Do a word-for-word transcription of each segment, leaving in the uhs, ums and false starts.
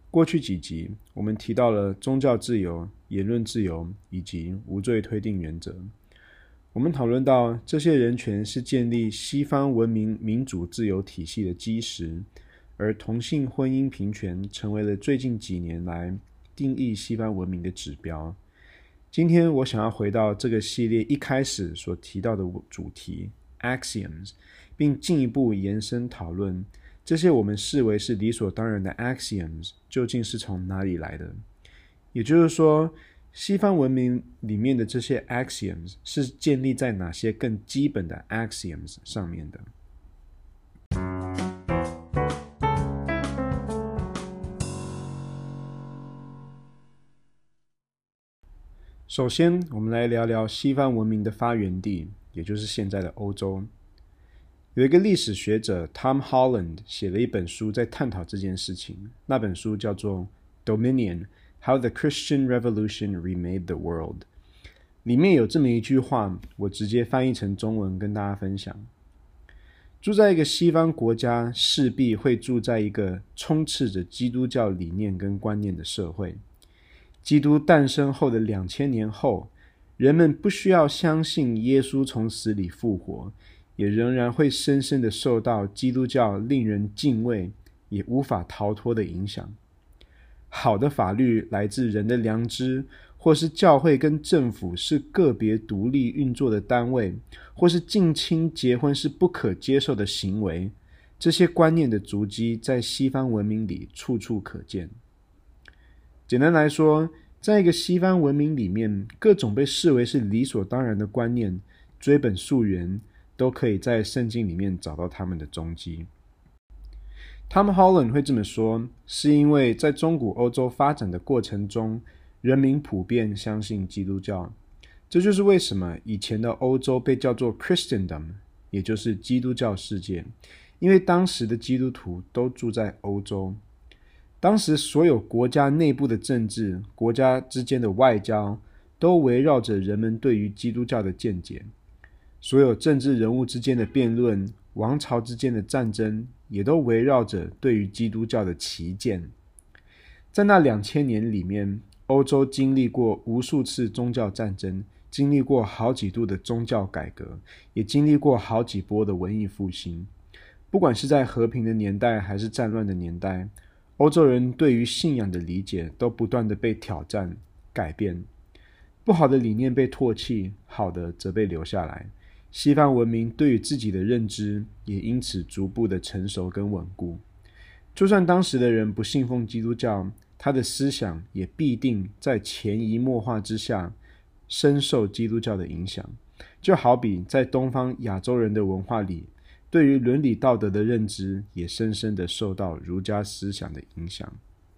过去几集我们提到了宗教自由、言论自由以及无罪推定原则。我们讨论到这些人权是建立西方文明民主自由体系的基石，而同性婚姻平权成为了最近几年来定义西方文明的指标。今天我想要回到这个系列一开始所提到的主题 Axioms， 并进一步延伸讨论这些我们视为是理所当然的 Axioms 究竟是从哪里来的。也就是说，西方文明里面的这些 Axioms 是建立在哪些更基本的 Axioms 上面的。首先，我们来聊聊西方文明的发源地，也就是现在的欧洲。有一个历史学者 Tom Holland 写了一本书在探讨这件事情，那本书叫做 Dominion How the Christian Revolution Remade the World。 里面有这么一句话，我直接翻译成中文跟大家分享。住在一个西方国家，势必会住在一个充斥着基督教理念跟观念的社会。基督诞生后的两千年后，人们不需要相信耶稣从死里复活，也仍然会深深地受到基督教令人敬畏也无法逃脱的影响。好的法律来自人的良知，或是教会跟政府是个别独立运作的单位，或是近亲结婚是不可接受的行为，这些观念的足迹在西方文明里处处可见。简单来说，在一个西方文明里面，各种被视为是理所当然的观念，追本溯源，都可以在圣经里面找到他们的踪迹。Tom Holland 会这么说，是因为在中古欧洲发展的过程中，人民普遍相信基督教。这就是为什么以前的欧洲被叫做 Christendom， 也就是基督教世界，因为当时的基督徒都住在欧洲。当时所有国家内部的政治、国家之间的外交，都围绕着人们对于基督教的见解。所有政治人物之间的辩论，王朝之间的战争，也都围绕着对于基督教的歧见。在那两千年里面，欧洲经历过无数次宗教战争，经历过好几度的宗教改革，也经历过好几波的文艺复兴。不管是在和平的年代还是战乱的年代，欧洲人对于信仰的理解都不断的被挑战、改变。不好的理念被唾弃，好的则被留下来。西方文明对于自己的认知也因此逐步的成熟跟稳固。就算当时的人不信奉基督教，他的思想也必定在潜移默化之下深受基督教的影响。就好比在东方亚洲人的文化里，对于伦理道德的认知也深深的受到儒家思想的影响。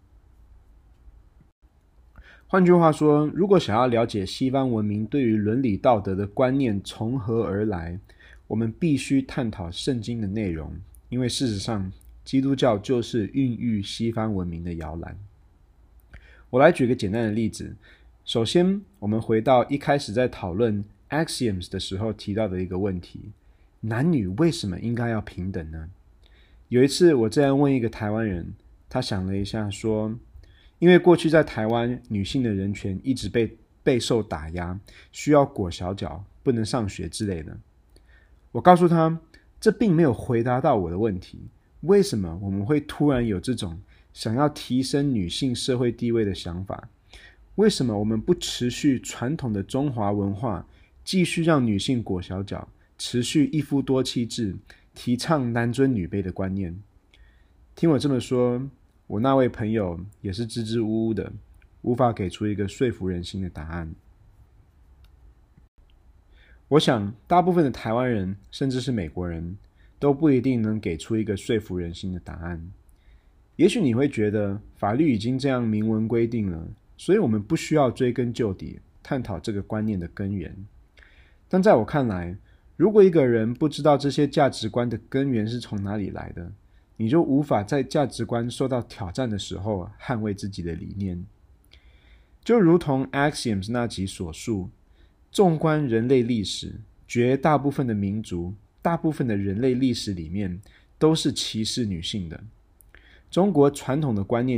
换句话说，如果想要了解西方文明对于伦理道德的观念从何而来，我们必须探讨圣经的内容，因为事实上，基督教就是孕育西方文明的摇篮。我来举个简单的例子。首先，我们回到一开始在讨论 Axioms 的时候提到的一个问题：男女为什么应该要平等呢？有一次我这样问一个台湾人，他想了一下说，因为过去在台湾，女性的人权一直被备受打压，需要裹小脚，不能上学之类的。我告诉他，这并没有回答到我的问题。为什么我们会突然有这种想要提升女性社会地位的想法？为什么我们不持续传统的中华文化，继续让女性裹小脚，持续一夫多妻制，提倡男尊女卑的观念？听我这么说，我那位朋友也是支支吾吾的，无法给出一个说服人心的答案。我想大部分的台湾人甚至是美国人都不一定能给出一个说服人心的答案。也许你会觉得法律已经这样明文规定了，所以我们不需要追根究底，探讨这个观念的根源。但在我看来，如果一个人不知道这些价值观的根源是从哪里来的，你就无法在价值观受到挑战的时候捍卫自己的理念。就如同 Axioms 那集所述，纵观人类历史，绝大部分的民族，大部分的人类历史里面都是歧视女性的。中国传统的观念里，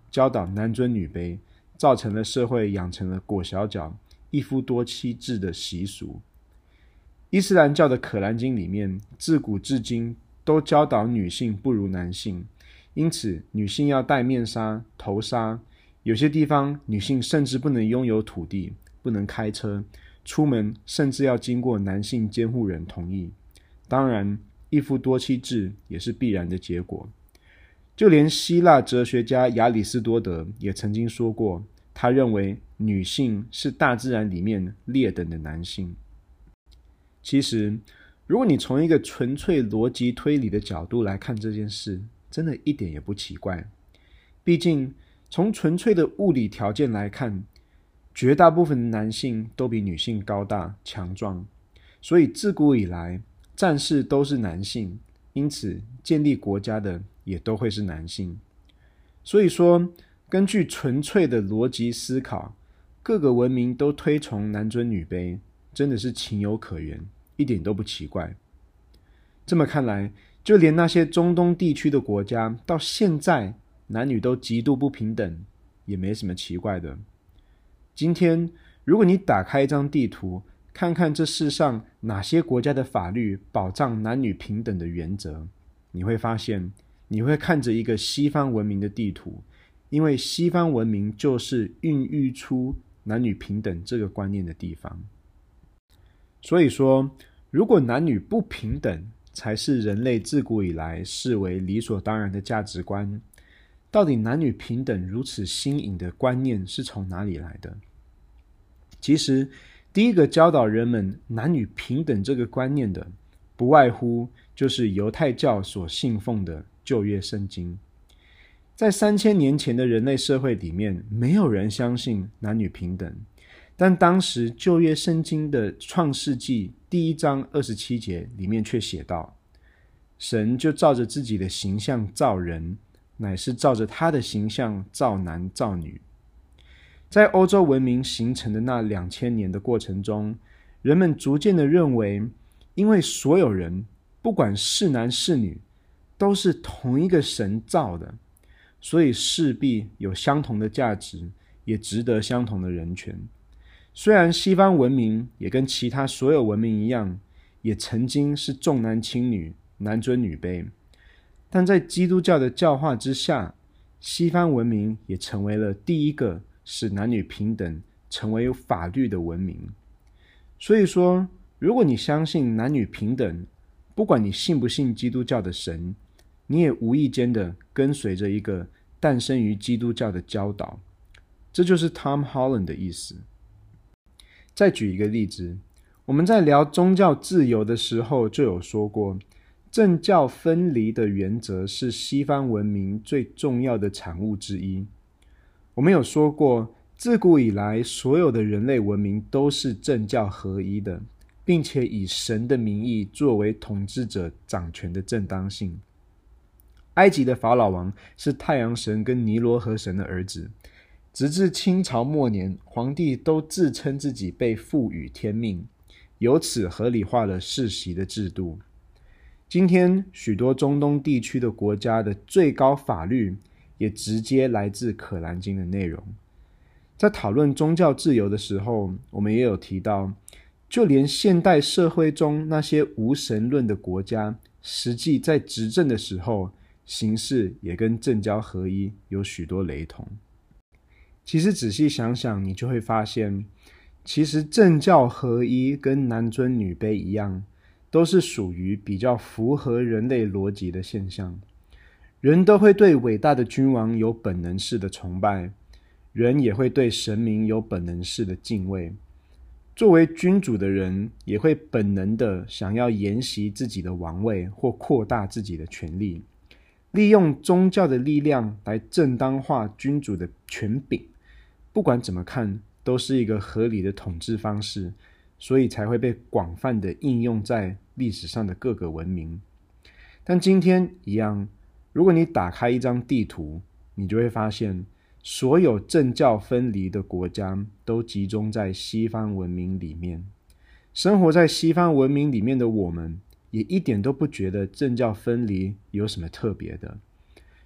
教导男尊女卑，造成了社会养成了裹小脚、一夫多妻制的习俗。伊斯兰教的可兰经里面自古至今都教导女性不如男性，因此女性要戴面纱、头纱，有些地方女性甚至不能拥有土地，不能开车，出门甚至要经过男性监护人同意。当然，一夫多妻制也是必然的结果。就连希腊哲学家亚里士多德也曾经说过，他认为女性是大自然里面劣等的男性。其实，如果你从一个纯粹逻辑推理的角度来看这件事，真的一点也不奇怪。毕竟，从纯粹的物理条件来看，绝大部分的男性都比女性高大强壮，所以自古以来，战士都是男性，因此建立国家的也都会是男性。所以说，根据纯粹的逻辑思考，各个文明都推崇男尊女卑，真的是情有可原，一点都不奇怪。这么看来，就连那些中东地区的国家，到现在男女都极度不平等，也没什么奇怪的。今天，如果你打开一张地图，看看这世上哪些国家的法律保障男女平等的原则，你会发现，你会看着一个西方文明的地图，因为西方文明就是孕育出男女平等这个观念的地方。所以说，如果男女不平等才是人类自古以来视为理所当然的价值观，到底男女平等如此新颖的观念是从哪里来的？其实，第一个教导人们男女平等这个观念的，不外乎就是犹太教所信奉的旧约圣经。在三千年前的人类社会里面，没有人相信男女平等，但当时旧约圣经的创世纪第一章二十七节里面却写道，神就照着自己的形象造人，乃是照着他的形象造男造女。在欧洲文明形成的那两千年的过程中，人们逐渐的认为，因为所有人不管是男是女，都是同一个神造的，所以势必有相同的价值，也值得相同的人权。虽然西方文明也跟其他所有文明一样，也曾经是重男轻女、男尊女卑，但在基督教的教化之下，西方文明也成为了第一个使男女平等成为法律的文明。所以说，如果你相信男女平等，不管你信不信基督教的神，你也无意间的跟随着一个诞生于基督教的教导。这就是 Tom Holland 的意思。再举一个例子，我们在聊宗教自由的时候就有说过，政教分离的原则是西方文明最重要的产物之一。我们有说过，自古以来所有的人类文明都是政教合一的，并且以神的名义作为统治者掌权的正当性。埃及的法老王是太阳神跟尼罗河神的儿子，直至清朝末年，皇帝都自称自己被赋予天命，由此合理化了世袭的制度。今天许多中东地区的国家的最高法律也直接来自可兰经的内容。在讨论宗教自由的时候，我们也有提到，就连现代社会中那些无神论的国家，实际在执政的时候，形式也跟政教合一有许多雷同。其实仔细想想，你就会发现，其实政教合一跟男尊女卑一样，都是属于比较符合人类逻辑的现象。人都会对伟大的君王有本能式的崇拜，人也会对神明有本能式的敬畏。作为君主的人，也会本能的想要沿袭自己的王位或扩大自己的权力，利用宗教的力量来正当化君主的权柄。不管怎么看，都是一个合理的统治方式，所以才会被广泛的应用在历史上的各个文明。但今天一样，如果你打开一张地图，你就会发现，所有政教分离的国家都集中在西方文明里面。生活在西方文明里面的我们，也一点都不觉得政教分离有什么特别的。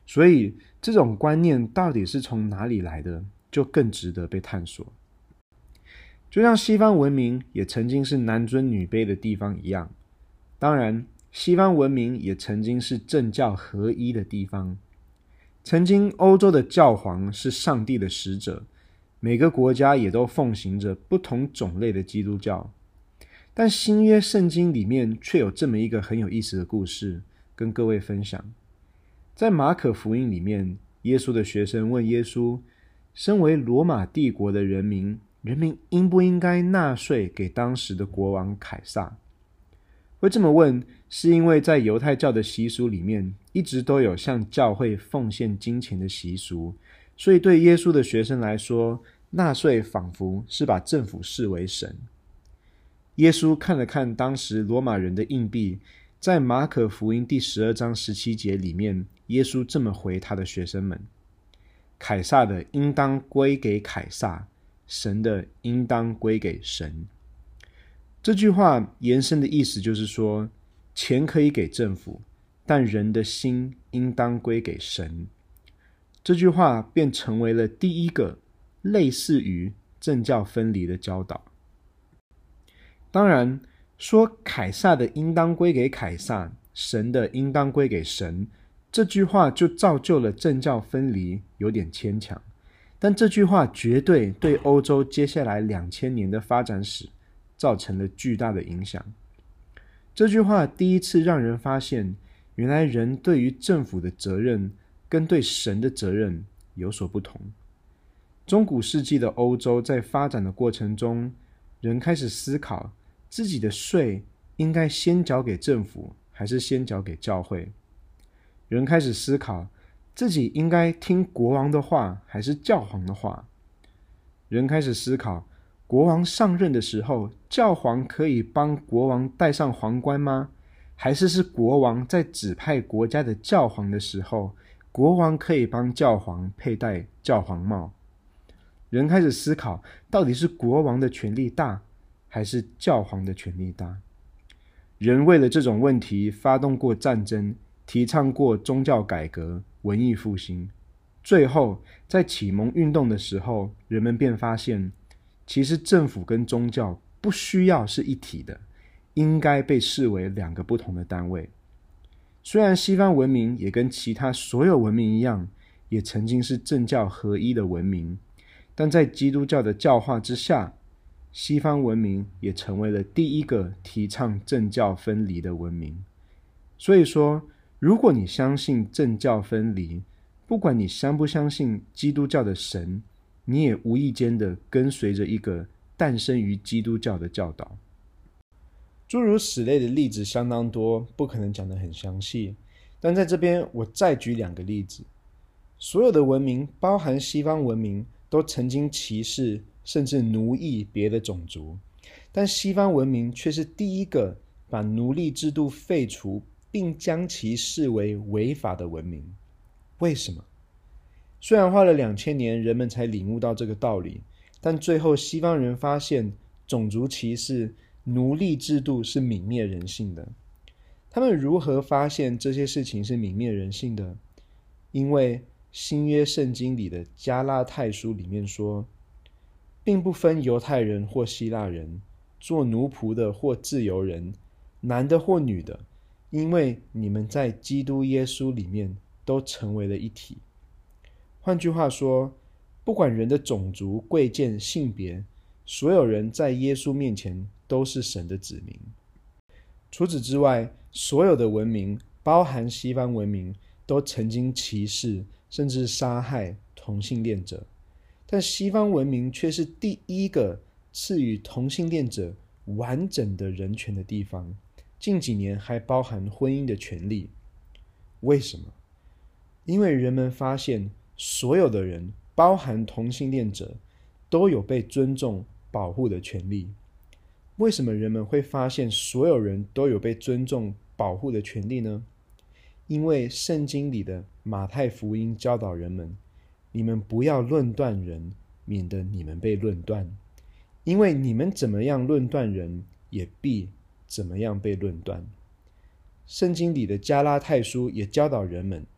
所以这种观念到底是从哪里来的，就更值得被探索。就像西方文明也曾经是男尊女卑的地方一样，当然西方文明也曾经是政教合一的地方。曾经欧洲的教皇是上帝的使者，每个国家也都奉行着不同种类的基督教。但新约圣经里面却有这么一个很有意思的故事跟各位分享。在马可福音里面，耶稣的学生问耶稣，身为罗马帝国的人民，人民应不应该纳税给当时的国王凯撒？会这么问，是因为在犹太教的习俗里面，一直都有向教会奉献金钱的习俗，所以对耶稣的学生来说，纳税仿佛是把政府视为神。耶稣看了看当时罗马人的硬币，在马可福音第十二章十七节里面，耶稣这么回他的学生们：凯撒的应当归给凯撒，神的应当归给神。这句话延伸的意思就是说，钱可以给政府，但人的心应当归给神。这句话便成为了第一个类似于政教分离的教导。当然，说凯撒的应当归给凯撒，神的应当归给神，这句话就造就了政教分离，有点牵强。但这句话绝对对欧洲接下来两千年的发展史造成了巨大的影响。这句话第一次让人发现，原来人对于政府的责任跟对神的责任有所不同。中古世纪的欧洲在发展的过程中，人开始思考自己的税应该先缴给政府，还是先缴给教会。人开始思考自己应该听国王的话，还是教皇的话。人开始思考，国王上任的时候，教皇可以帮国王戴上皇冠吗？还是是国王在指派国家的教皇的时候，国王可以帮教皇佩戴教皇帽？人开始思考，到底是国王的权力大，还是教皇的权力大？人为了这种问题发动过战争，提倡过宗教改革、文艺复兴。最后在启蒙运动的时候，人们便发现，其实政府跟宗教不需要是一体的，应该被视为两个不同的单位。虽然西方文明也跟其他所有文明一样，也曾经是政教合一的文明，但在基督教的教化之下，西方文明也成为了第一个提倡政教分离的文明。所以说，如果你相信政教分离，不管你相不相信基督教的神，你也无意间的跟随着一个诞生于基督教的教导。诸如此类的例子相当多，不可能讲得很详细，但在这边我再举两个例子。所有的文明，包含西方文明，都曾经歧视甚至奴役别的种族，但西方文明却是第一个把奴隶制度废除并将其视为违法的文明。为什么？虽然花了两千年人们才领悟到这个道理，但最后西方人发现种族歧视、奴隶制度是泯灭人性的。他们如何发现这些事情是泯灭人性的？因为新约圣经里的加拉太书里面说，并不分犹太人或希腊人，做奴仆的或自由人，男的或女的，因为你们在基督耶稣里面都成为了一体。换句话说，不管人的种族、贵贱、性别，所有人在耶稣面前都是神的子民。除此之外，所有的文明，包含西方文明，都曾经歧视甚至杀害同性恋者，但西方文明却是第一个赐予同性恋者完整的人权的地方，近几年还包含婚姻的权利。为什么？因为人们发现所有的人，包含同性恋者，都有被尊重保护的权利。为什么人们会发现所有人都有被尊重保护的权利呢？因为圣经里的马太福音教导人们，你们不要论断人，免得你们被论断。因为你们怎么样论断人，也必怎么样被论断。圣经里的加拉太书也教导人们，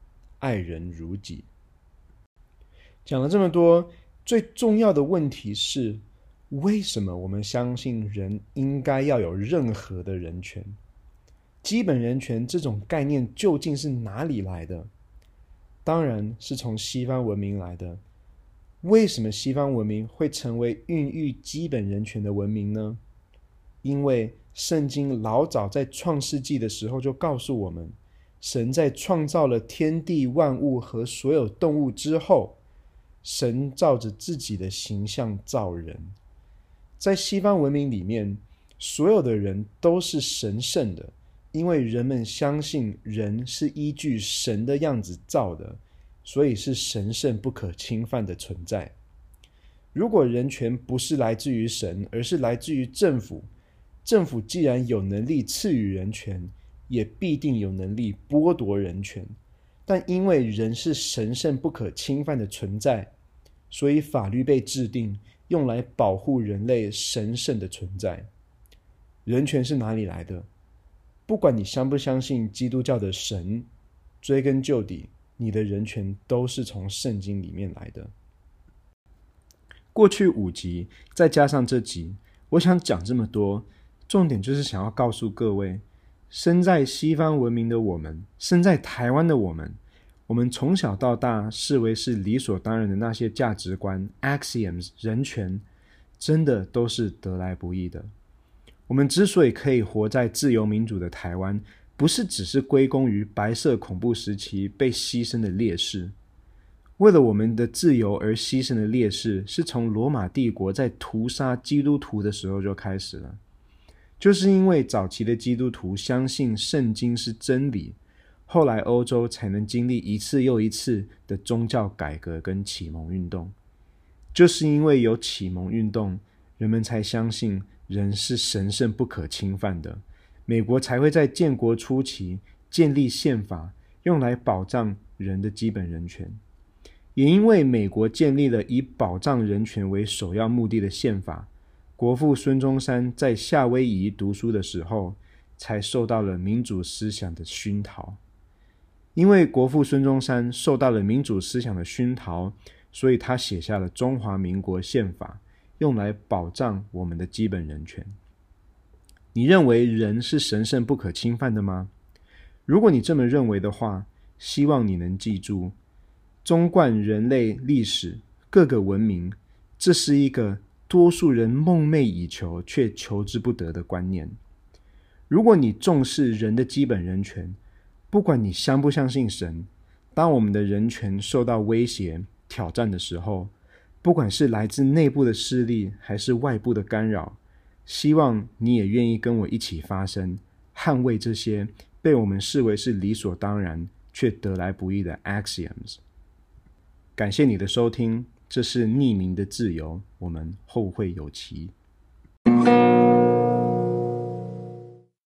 爱人如己。讲了这么多，最重要的问题是，为什么我们相信人应该要有任何的人权？基本人权这种概念究竟是哪里来的？当然是从西方文明来的。为什么西方文明会成为孕育基本人权的文明呢？因为圣经老早在创世纪的时候就告诉我们，神在创造了天地万物和所有动物之后，神照着自己的形象造人。在西方文明里面，所有的人都是神圣的，因为人们相信人是依据神的样子造的，所以是神圣不可侵犯的存在。如果人权不是来自于神，而是来自于政府，政府既然有能力赐予人权，也必定有能力剥夺人权。但因为人是神圣不可侵犯的存在，所以法律被制定，用来保护人类神圣的存在。人权是哪里来的？不管你相不相信基督教的神，追根究底，你的人权都是从圣经里面来的。过去五集再加上这集，我想讲这么多，重点就是想要告诉各位，身在西方文明的我们，身在台湾的我们，我们从小到大视为是理所当然的那些价值观 axioms 人权，真的都是得来不易的。我们之所以可以活在自由民主的台湾，不是只是归功于白色恐怖时期被牺牲的烈士。为了我们的自由而牺牲的烈士，是从罗马帝国在屠杀基督徒的时候就开始了。就是因为早期的基督徒相信圣经是真理，后来欧洲才能经历一次又一次的宗教改革跟启蒙运动。就是因为有启蒙运动，人们才相信人是神圣不可侵犯的，美国才会在建国初期建立宪法，用来保障人的基本人权。也因为美国建立了以保障人权为首要目的的宪法，国父孙中山在夏威夷读书的时候，才受到了民主思想的熏陶。因为国父孙中山受到了民主思想的熏陶，所以他写下了中华民国宪法，用来保障我们的基本人权。你认为人是神圣不可侵犯的吗？如果你这么认为的话，希望你能记住，纵观人类历史各个文明，这是一个多数人梦寐以求却求之不得的观念。如果你重视人的基本人权，不管你相不相信神，当我们的人权受到威胁挑战的时候，不管是来自内部的势力还是外部的干扰，希望你也愿意跟我一起发声，捍卫这些被我们视为是理所当然却得来不易的 axioms。 感谢你的收听，这是匿名的自由，我们后会有期。